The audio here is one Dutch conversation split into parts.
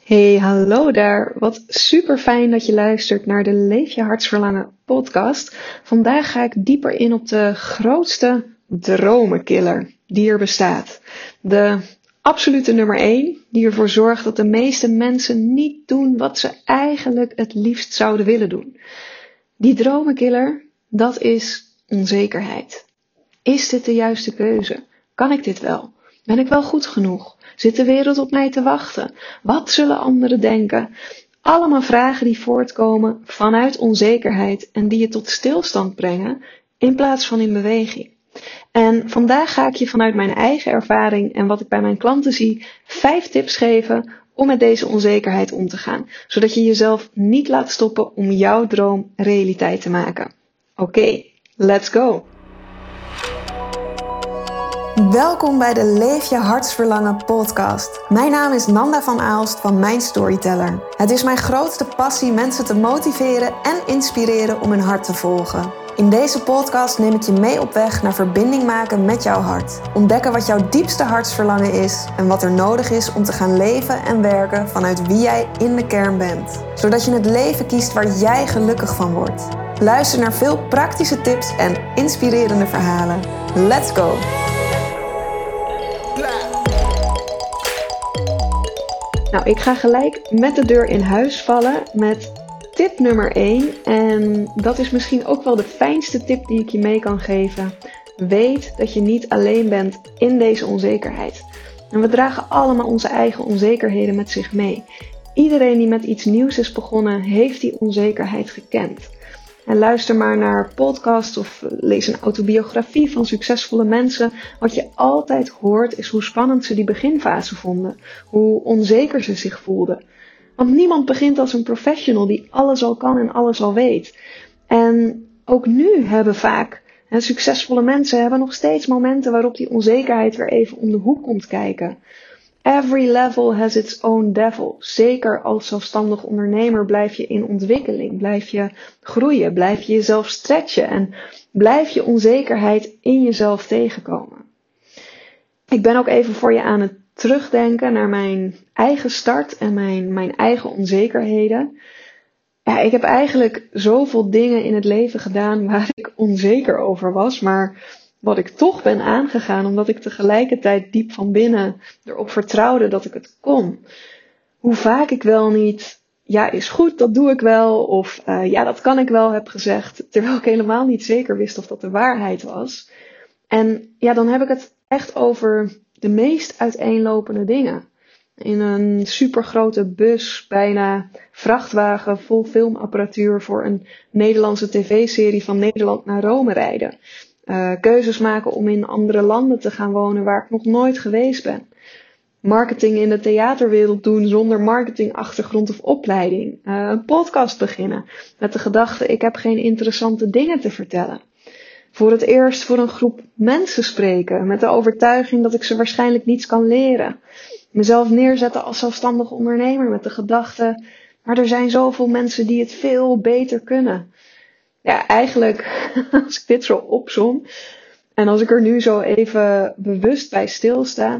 Hey, hallo daar. Wat super fijn dat je luistert naar de Leef je hartsverlangen podcast. Vandaag ga ik dieper in op de grootste dromenkiller die er bestaat. De absolute nummer 1 die ervoor zorgt dat de meeste mensen niet doen wat ze eigenlijk het liefst zouden willen doen. Die dromenkiller, dat is onzekerheid. Is dit de juiste keuze? Kan ik dit wel? Ben ik wel goed genoeg? Zit de wereld op mij te wachten? Wat zullen anderen denken? Allemaal vragen die voortkomen vanuit onzekerheid en die je tot stilstand brengen in plaats van in beweging. En vandaag ga ik je vanuit mijn eigen ervaring en wat ik bij mijn klanten zie 5 tips geven om met deze onzekerheid om te gaan. Zodat je jezelf niet laat stoppen om jouw droom realiteit te maken. Oké, let's go! Welkom bij de Leef je hartsverlangen podcast. Mijn naam is Nanda van Aalst van Mijn Storyteller. Het is mijn grootste passie mensen te motiveren en inspireren om hun hart te volgen. In deze podcast neem ik je mee op weg naar verbinding maken met jouw hart. Ontdekken wat jouw diepste hartsverlangen is en wat er nodig is om te gaan leven en werken vanuit wie jij in de kern bent. Zodat je het leven kiest waar jij gelukkig van wordt. Luister naar veel praktische tips en inspirerende verhalen. Let's go! Nou, ik ga gelijk met de deur in huis vallen met tip nummer 1. En dat is misschien ook wel de fijnste tip die ik je mee kan geven. Weet dat je niet alleen bent in deze onzekerheid. En we dragen allemaal onze eigen onzekerheden met zich mee. Iedereen die met iets nieuws is begonnen, heeft die onzekerheid gekend. En luister maar naar podcasts of lees een autobiografie van succesvolle mensen. Wat je altijd hoort is hoe spannend ze die beginfase vonden. Hoe onzeker ze zich voelden. Want niemand begint als een professional die alles al kan en alles al weet. En ook nu hebben vaak succesvolle mensen hebben nog steeds momenten waarop die onzekerheid weer even om de hoek komt kijken. Every level has its own devil. Zeker als zelfstandig ondernemer blijf je in ontwikkeling, blijf je groeien, blijf je jezelf stretchen en blijf je onzekerheid in jezelf tegenkomen. Ik ben ook even voor je aan het terugdenken naar mijn eigen start en mijn eigen onzekerheden. Ja, ik heb eigenlijk zoveel dingen in het leven gedaan waar ik onzeker over was, maar wat ik toch ben aangegaan, omdat ik tegelijkertijd diep van binnen erop vertrouwde dat ik het kon. Hoe vaak ik wel niet, ja is goed, dat doe ik wel, of ja dat kan ik wel heb gezegd, terwijl ik helemaal niet zeker wist of dat de waarheid was. En ja, dan heb ik het echt over de meest uiteenlopende dingen. In een supergrote bus, bijna vrachtwagen vol filmapparatuur voor een Nederlandse tv-serie van Nederland naar Rome rijden. Keuzes maken om in andere landen te gaan wonen waar ik nog nooit geweest ben. Marketing in de theaterwereld doen zonder marketingachtergrond of opleiding. Een podcast beginnen met de gedachte ik heb geen interessante dingen te vertellen. Voor het eerst voor een groep mensen spreken met de overtuiging dat ik ze waarschijnlijk niets kan leren. Mezelf neerzetten als zelfstandig ondernemer met de gedachte, maar er zijn zoveel mensen die het veel beter kunnen. Ja, eigenlijk, als ik dit zo opsom en als ik er nu zo even bewust bij stilsta,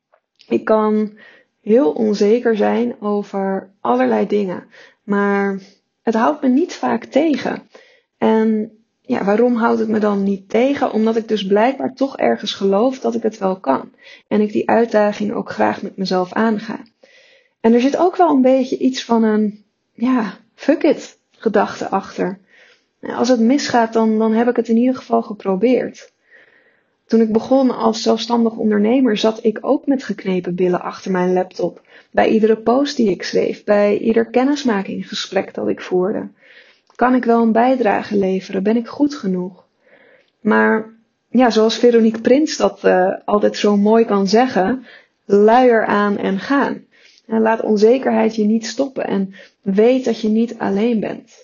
ik kan heel onzeker zijn over allerlei dingen, maar het houdt me niet vaak tegen. En ja, waarom houdt het me dan niet tegen? Omdat ik dus blijkbaar toch ergens geloof dat ik het wel kan. En ik die uitdaging ook graag met mezelf aanga. En er zit ook wel een beetje iets van een, ja, fuck it gedachte achter. Als het misgaat, dan heb ik het in ieder geval geprobeerd. Toen ik begon als zelfstandig ondernemer zat ik ook met geknepen billen achter mijn laptop. Bij iedere post die ik schreef, bij ieder kennismakingsgesprek dat ik voerde. Kan ik wel een bijdrage leveren? Ben ik goed genoeg? Maar ja, zoals Veronique Prins dat altijd zo mooi kan zeggen, luier aan en gaan. En laat onzekerheid je niet stoppen en weet dat je niet alleen bent.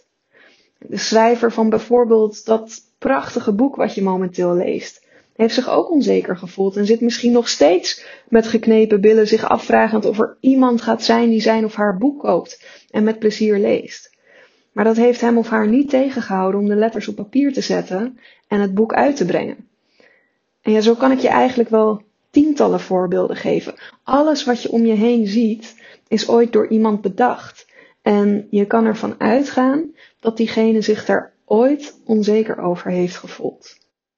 De schrijver van bijvoorbeeld dat prachtige boek wat je momenteel leest, heeft zich ook onzeker gevoeld en zit misschien nog steeds met geknepen billen zich afvragend of er iemand gaat zijn die zijn of haar boek koopt en met plezier leest. Maar dat heeft hem of haar niet tegengehouden om de letters op papier te zetten en het boek uit te brengen. En ja, zo kan ik je eigenlijk wel tientallen voorbeelden geven. Alles wat je om je heen ziet is ooit door iemand bedacht. En je kan ervan uitgaan dat diegene zich daar ooit onzeker over heeft gevoeld.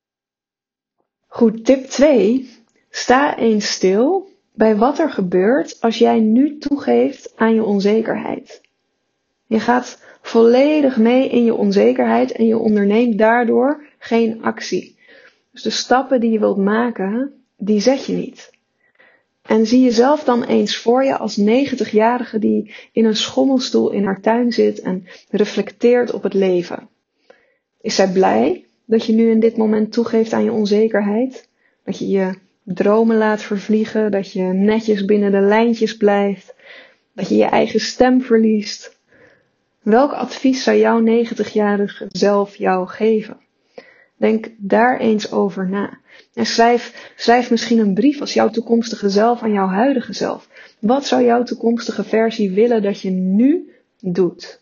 Goed, tip 2. Sta eens stil bij wat er gebeurt als jij nu toegeeft aan je onzekerheid. Je gaat volledig mee in je onzekerheid en je onderneemt daardoor geen actie. Dus de stappen die je wilt maken, die zet je niet. En zie jezelf dan eens voor je als 90-jarige die in een schommelstoel in haar tuin zit en reflecteert op het leven. Is zij blij dat je nu in dit moment toegeeft aan je onzekerheid? Dat je je dromen laat vervliegen, dat je netjes binnen de lijntjes blijft, dat je je eigen stem verliest? Welk advies zou jouw 90-jarige zelf jou geven? Denk daar eens over na. En schrijf misschien een brief als jouw toekomstige zelf aan jouw huidige zelf. Wat zou jouw toekomstige versie willen dat je nu doet?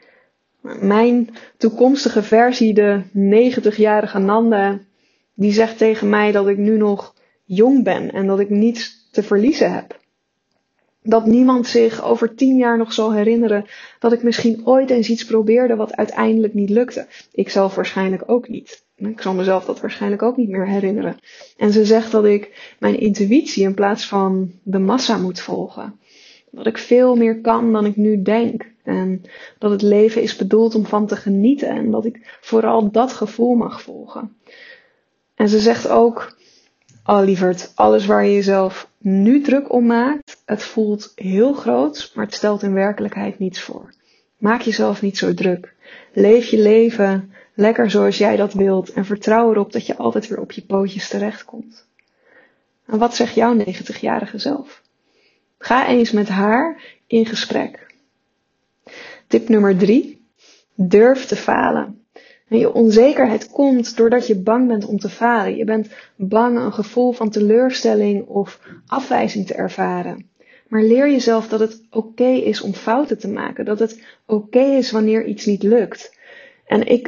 Mijn toekomstige versie, de 90-jarige Nanda, die zegt tegen mij dat ik nu nog jong ben en dat ik niets te verliezen heb. Dat niemand zich over 10 jaar nog zal herinneren dat ik misschien ooit eens iets probeerde wat uiteindelijk niet lukte. Ik zelf waarschijnlijk ook niet. Ik zal mezelf dat waarschijnlijk ook niet meer herinneren. En ze zegt dat ik mijn intuïtie in plaats van de massa moet volgen. Dat ik veel meer kan dan ik nu denk. En dat het leven is bedoeld om van te genieten. En dat ik vooral dat gevoel mag volgen. En ze zegt ook: oh lieverd, alles waar je jezelf nu druk om maakt, het voelt heel groot, maar het stelt in werkelijkheid niets voor. Maak jezelf niet zo druk. Leef je leven lekker zoals jij dat wilt en vertrouw erop dat je altijd weer op je pootjes terechtkomt. En wat zegt jouw 90-jarige zelf? Ga eens met haar in gesprek. Tip nummer 3. Durf te falen. En je onzekerheid komt doordat je bang bent om te falen. Je bent bang een gevoel van teleurstelling of afwijzing te ervaren. Maar leer jezelf dat het oké is om fouten te maken. Dat het oké is wanneer iets niet lukt. En ik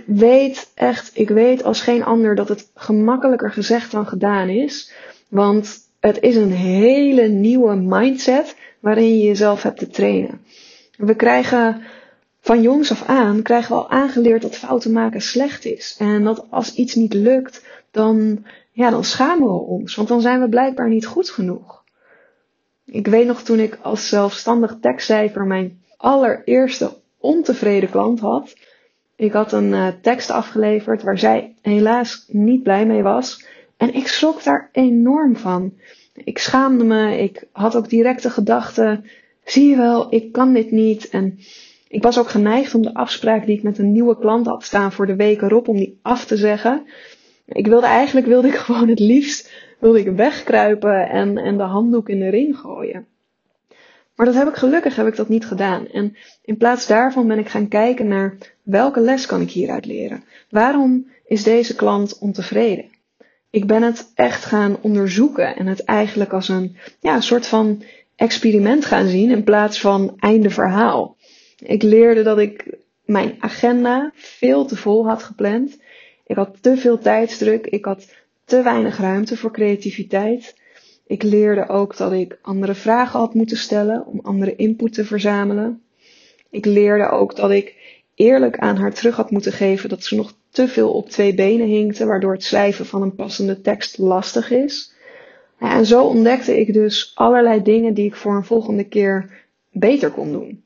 weet als geen ander dat het gemakkelijker gezegd dan gedaan is. Want het is een hele nieuwe mindset waarin je jezelf hebt te trainen. We krijgen van jongs af aan al aangeleerd dat fouten maken slecht is. En dat als iets niet lukt, dan schamen we ons. Want dan zijn we blijkbaar niet goed genoeg. Ik weet nog toen ik als zelfstandig tekstschrijver mijn allereerste ontevreden klant had. Ik had een tekst afgeleverd waar zij helaas niet blij mee was. En ik schrok daar enorm van. Ik schaamde me. Ik had ook directe gedachten. Zie je wel, ik kan dit niet. En ik was ook geneigd om de afspraak die ik met een nieuwe klant had staan voor de week erop, om die af te zeggen. Eigenlijk wilde ik gewoon het liefst wegkruipen en de handdoek in de ring gooien. Maar gelukkig heb ik dat niet gedaan. En in plaats daarvan ben ik gaan kijken naar welke les kan ik hieruit leren. Waarom is deze klant ontevreden? Ik ben het echt gaan onderzoeken en het eigenlijk als een soort van experiment gaan zien in plaats van einde verhaal. Ik leerde dat ik mijn agenda veel te vol had gepland. Ik had te veel tijdsdruk. Ik had te weinig ruimte voor creativiteit. Ik leerde ook dat ik andere vragen had moeten stellen om andere input te verzamelen. Ik leerde ook dat ik eerlijk aan haar terug had moeten geven dat ze nog te veel op 2 benen hinkte, waardoor het schrijven van een passende tekst lastig is. En zo ontdekte ik dus allerlei dingen die ik voor een volgende keer beter kon doen.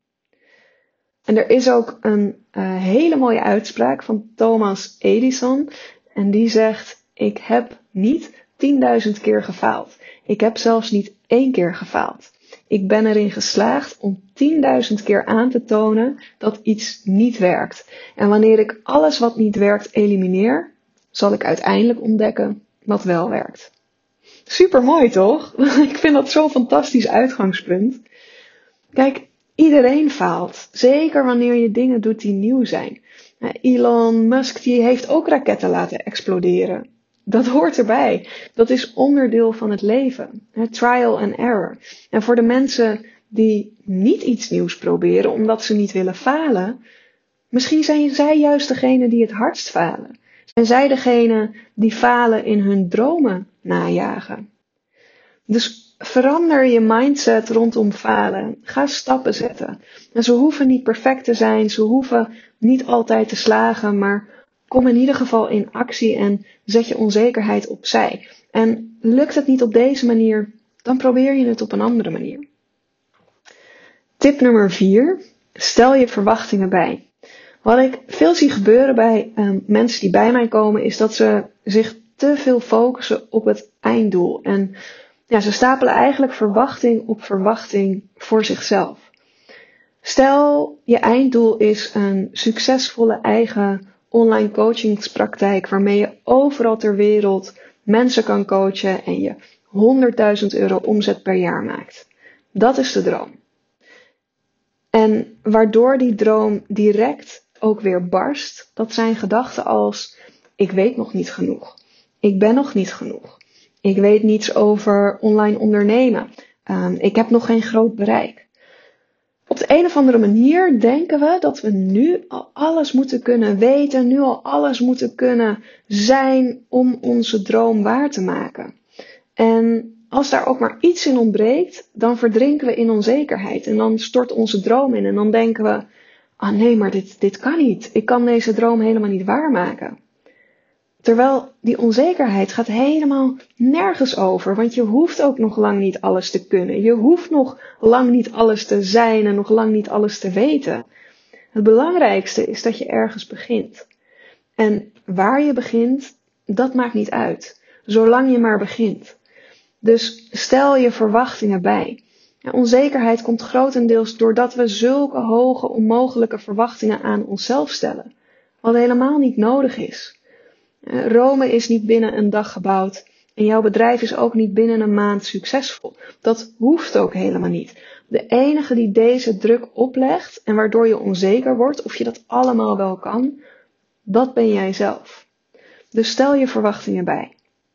En er is ook een hele mooie uitspraak van Thomas Edison. En die zegt: ik heb niet 10.000 keer gefaald. Ik heb zelfs niet 1 keer gefaald. Ik ben erin geslaagd om 10.000 keer aan te tonen dat iets niet werkt. En wanneer ik alles wat niet werkt elimineer, zal ik uiteindelijk ontdekken wat wel werkt. Super mooi toch? Ik vind dat zo'n fantastisch uitgangspunt. Kijk, iedereen faalt. Zeker wanneer je dingen doet die nieuw zijn. Elon Musk die heeft ook raketten laten exploderen. Dat hoort erbij. Dat is onderdeel van het leven. Trial and error. En voor de mensen die niet iets nieuws proberen omdat ze niet willen falen, misschien zijn zij juist degene die het hardst falen. Zijn zij degene die falen in hun dromen najagen. Dus verander je mindset rondom falen. Ga stappen zetten. En ze hoeven niet perfect te zijn, ze hoeven niet altijd te slagen, maar kom in ieder geval in actie en zet je onzekerheid opzij. En lukt het niet op deze manier, dan probeer je het op een andere manier. Tip nummer 4. Stel je verwachtingen bij. Wat ik veel zie gebeuren bij mensen die bij mij komen, is dat ze zich te veel focussen op het einddoel. En ja, ze stapelen eigenlijk verwachting op verwachting voor zichzelf. Stel, je einddoel is een succesvolle eigen online coachingspraktijk waarmee je overal ter wereld mensen kan coachen en je 100.000 euro omzet per jaar maakt. Dat is de droom. En waardoor die droom direct ook weer barst, dat zijn gedachten als: ik weet nog niet genoeg. Ik ben nog niet genoeg. Ik weet niets over online ondernemen. Ik heb nog geen groot bereik. Op de een of andere manier denken we dat we nu al alles moeten kunnen weten, nu al alles moeten kunnen zijn om onze droom waar te maken. En als daar ook maar iets in ontbreekt, dan verdrinken we in onzekerheid. En dan stort onze droom in en dan denken we: nee, maar dit kan niet. Ik kan deze droom helemaal niet waarmaken. Terwijl die onzekerheid gaat helemaal nergens over. Want je hoeft ook nog lang niet alles te kunnen. Je hoeft nog lang niet alles te zijn en nog lang niet alles te weten. Het belangrijkste is dat je ergens begint. En waar je begint, dat maakt niet uit. Zolang je maar begint. Dus stel je verwachtingen bij. Ja, onzekerheid komt grotendeels doordat we zulke hoge onmogelijke verwachtingen aan onszelf stellen. Wat helemaal niet nodig is. Rome is niet binnen een dag gebouwd en jouw bedrijf is ook niet binnen een maand succesvol. Dat hoeft ook helemaal niet. De enige die deze druk oplegt en waardoor je onzeker wordt of je dat allemaal wel kan, dat ben jij zelf. Dus stel je verwachtingen bij.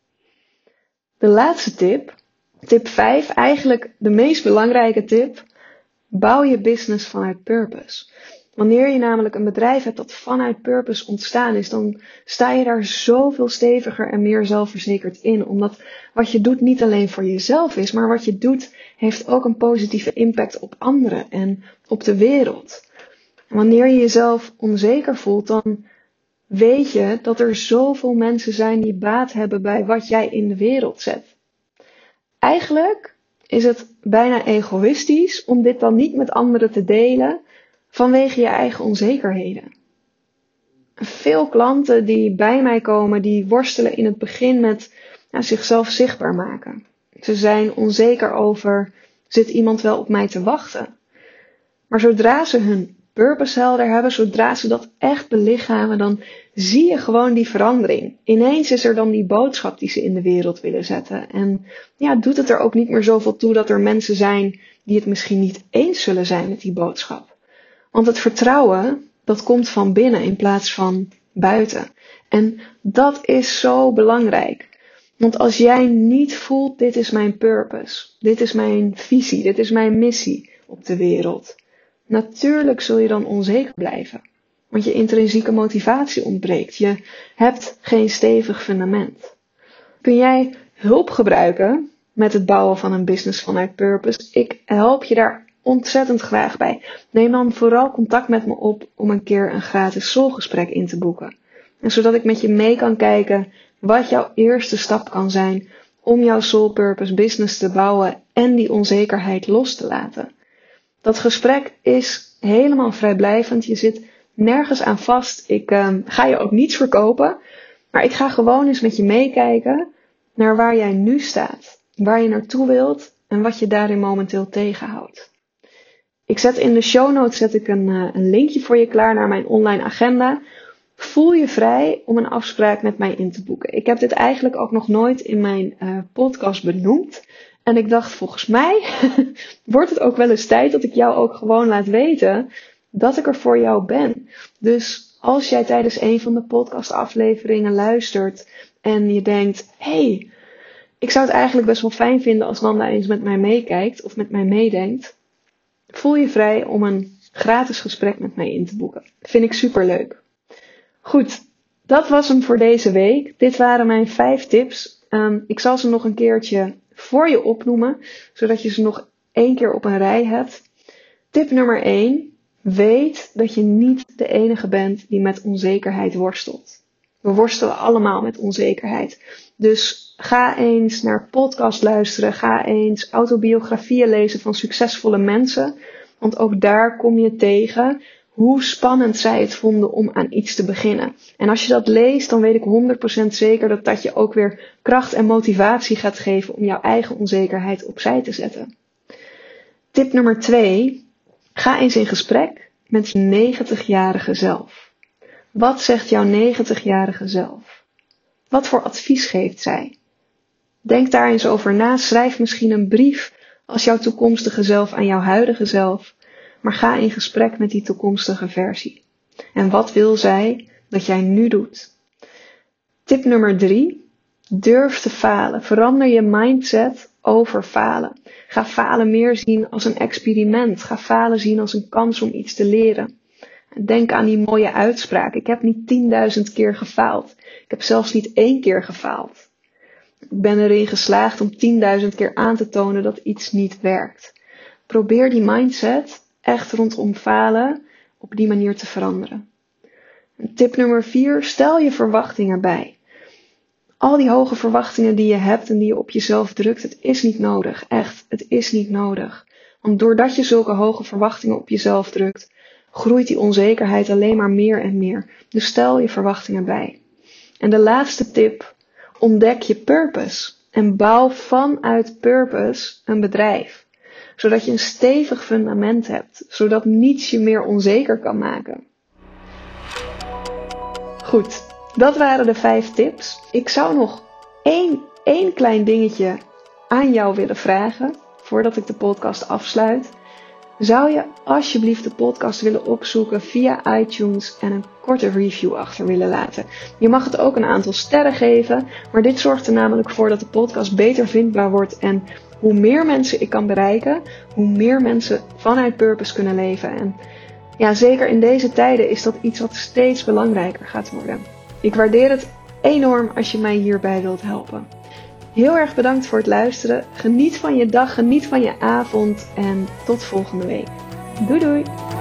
De laatste tip, tip 5, eigenlijk de meest belangrijke tip: bouw je business vanuit purpose. Wanneer je namelijk een bedrijf hebt dat vanuit purpose ontstaan is, dan sta je daar zoveel steviger en meer zelfverzekerd in. Omdat wat je doet niet alleen voor jezelf is, maar wat je doet heeft ook een positieve impact op anderen en op de wereld. En wanneer je jezelf onzeker voelt, dan weet je dat er zoveel mensen zijn die baat hebben bij wat jij in de wereld zet. Eigenlijk is het bijna egoïstisch om dit dan niet met anderen te delen vanwege je eigen onzekerheden. Veel klanten die bij mij komen, die worstelen in het begin met zichzelf zichtbaar maken. Ze zijn onzeker over: zit iemand wel op mij te wachten? Maar zodra ze hun purpose helder hebben, zodra ze dat echt belichamen, dan zie je gewoon die verandering. Ineens is er dan die boodschap die ze in de wereld willen zetten. En doet het er ook niet meer zoveel toe dat er mensen zijn die het misschien niet eens zullen zijn met die boodschap. Want het vertrouwen, dat komt van binnen in plaats van buiten. En dat is zo belangrijk. Want als jij niet voelt: dit is mijn purpose, dit is mijn visie, dit is mijn missie op de wereld, natuurlijk zul je dan onzeker blijven. Want je intrinsieke motivatie ontbreekt. Je hebt geen stevig fundament. Kun jij hulp gebruiken met het bouwen van een business vanuit purpose? Ik help je daar ontzettend graag bij. Neem dan vooral contact met me op om een keer een gratis soulgesprek in te boeken. En zodat ik met je mee kan kijken wat jouw eerste stap kan zijn om jouw soul purpose business te bouwen en die onzekerheid los te laten. Dat gesprek is helemaal vrijblijvend. Je zit nergens aan vast. Ik ga je ook niets verkopen. Maar ik ga gewoon eens met je meekijken naar waar jij nu staat. Waar je naartoe wilt en wat je daarin momenteel tegenhoudt. Ik zet in de show notes een linkje voor je klaar naar mijn online agenda. Voel je vrij om een afspraak met mij in te boeken. Ik heb dit eigenlijk ook nog nooit in mijn podcast benoemd. En ik dacht, volgens mij wordt het ook wel eens tijd dat ik jou ook gewoon laat weten dat ik er voor jou ben. Dus als jij tijdens een van de podcastafleveringen luistert en je denkt: hey, ik zou het eigenlijk best wel fijn vinden als Nanda eens met mij meekijkt of met mij meedenkt, voel je vrij om een gratis gesprek met mij in te boeken. Vind ik superleuk. Goed, dat was hem voor deze week. Dit waren mijn 5 tips Ik zal ze nog een keertje voor je opnoemen, zodat je ze nog 1 keer op een rij hebt. Tip nummer 1. Weet dat je niet de enige bent die met onzekerheid worstelt. We worstelen allemaal met onzekerheid. Dus ga eens naar podcast luisteren. Ga eens autobiografieën lezen van succesvolle mensen. Want ook daar kom je tegen hoe spannend zij het vonden om aan iets te beginnen. En als je dat leest, dan weet ik 100% zeker dat dat je ook weer kracht en motivatie gaat geven om jouw eigen onzekerheid opzij te zetten. Tip nummer 2. Ga eens in gesprek met je 90-jarige zelf. Wat zegt jouw 90-jarige zelf? Wat voor advies geeft zij? Denk daar eens over na. Schrijf misschien een brief als jouw toekomstige zelf aan jouw huidige zelf. Maar ga in gesprek met die toekomstige versie. En wat wil zij dat jij nu doet? Tip nummer 3. Durf te falen. Verander je mindset over falen. Ga falen meer zien als een experiment. Ga falen zien als een kans om iets te leren. Denk aan die mooie uitspraak. Ik heb niet 10.000 keer gefaald. Ik heb zelfs niet 1 keer gefaald. Ik ben erin geslaagd om 10.000 keer aan te tonen dat iets niet werkt. Probeer die mindset echt rondom falen op die manier te veranderen. En tip nummer 4. Stel je verwachtingen bij. Al die hoge verwachtingen die je hebt en die je op jezelf drukt, het is niet nodig. Echt, het is niet nodig. Want doordat je zulke hoge verwachtingen op jezelf drukt, groeit die onzekerheid alleen maar meer en meer. Dus stel je verwachtingen bij. En de laatste tip, ontdek je purpose. En bouw vanuit purpose een bedrijf. Zodat je een stevig fundament hebt. Zodat niets je meer onzeker kan maken. Goed, dat waren de 5 tips. Ik zou nog één klein dingetje aan jou willen vragen, voordat ik de podcast afsluit. Zou je alsjeblieft de podcast willen opzoeken via iTunes en een korte review achter willen laten? Je mag het ook een aantal sterren geven, maar dit zorgt er namelijk voor dat de podcast beter vindbaar wordt. En hoe meer mensen ik kan bereiken, hoe meer mensen vanuit purpose kunnen leven. En ja, zeker in deze tijden is dat iets wat steeds belangrijker gaat worden. Ik waardeer het enorm als je mij hierbij wilt helpen. Heel erg bedankt voor het luisteren. Geniet van je dag, geniet van je avond en tot volgende week. Doei doei!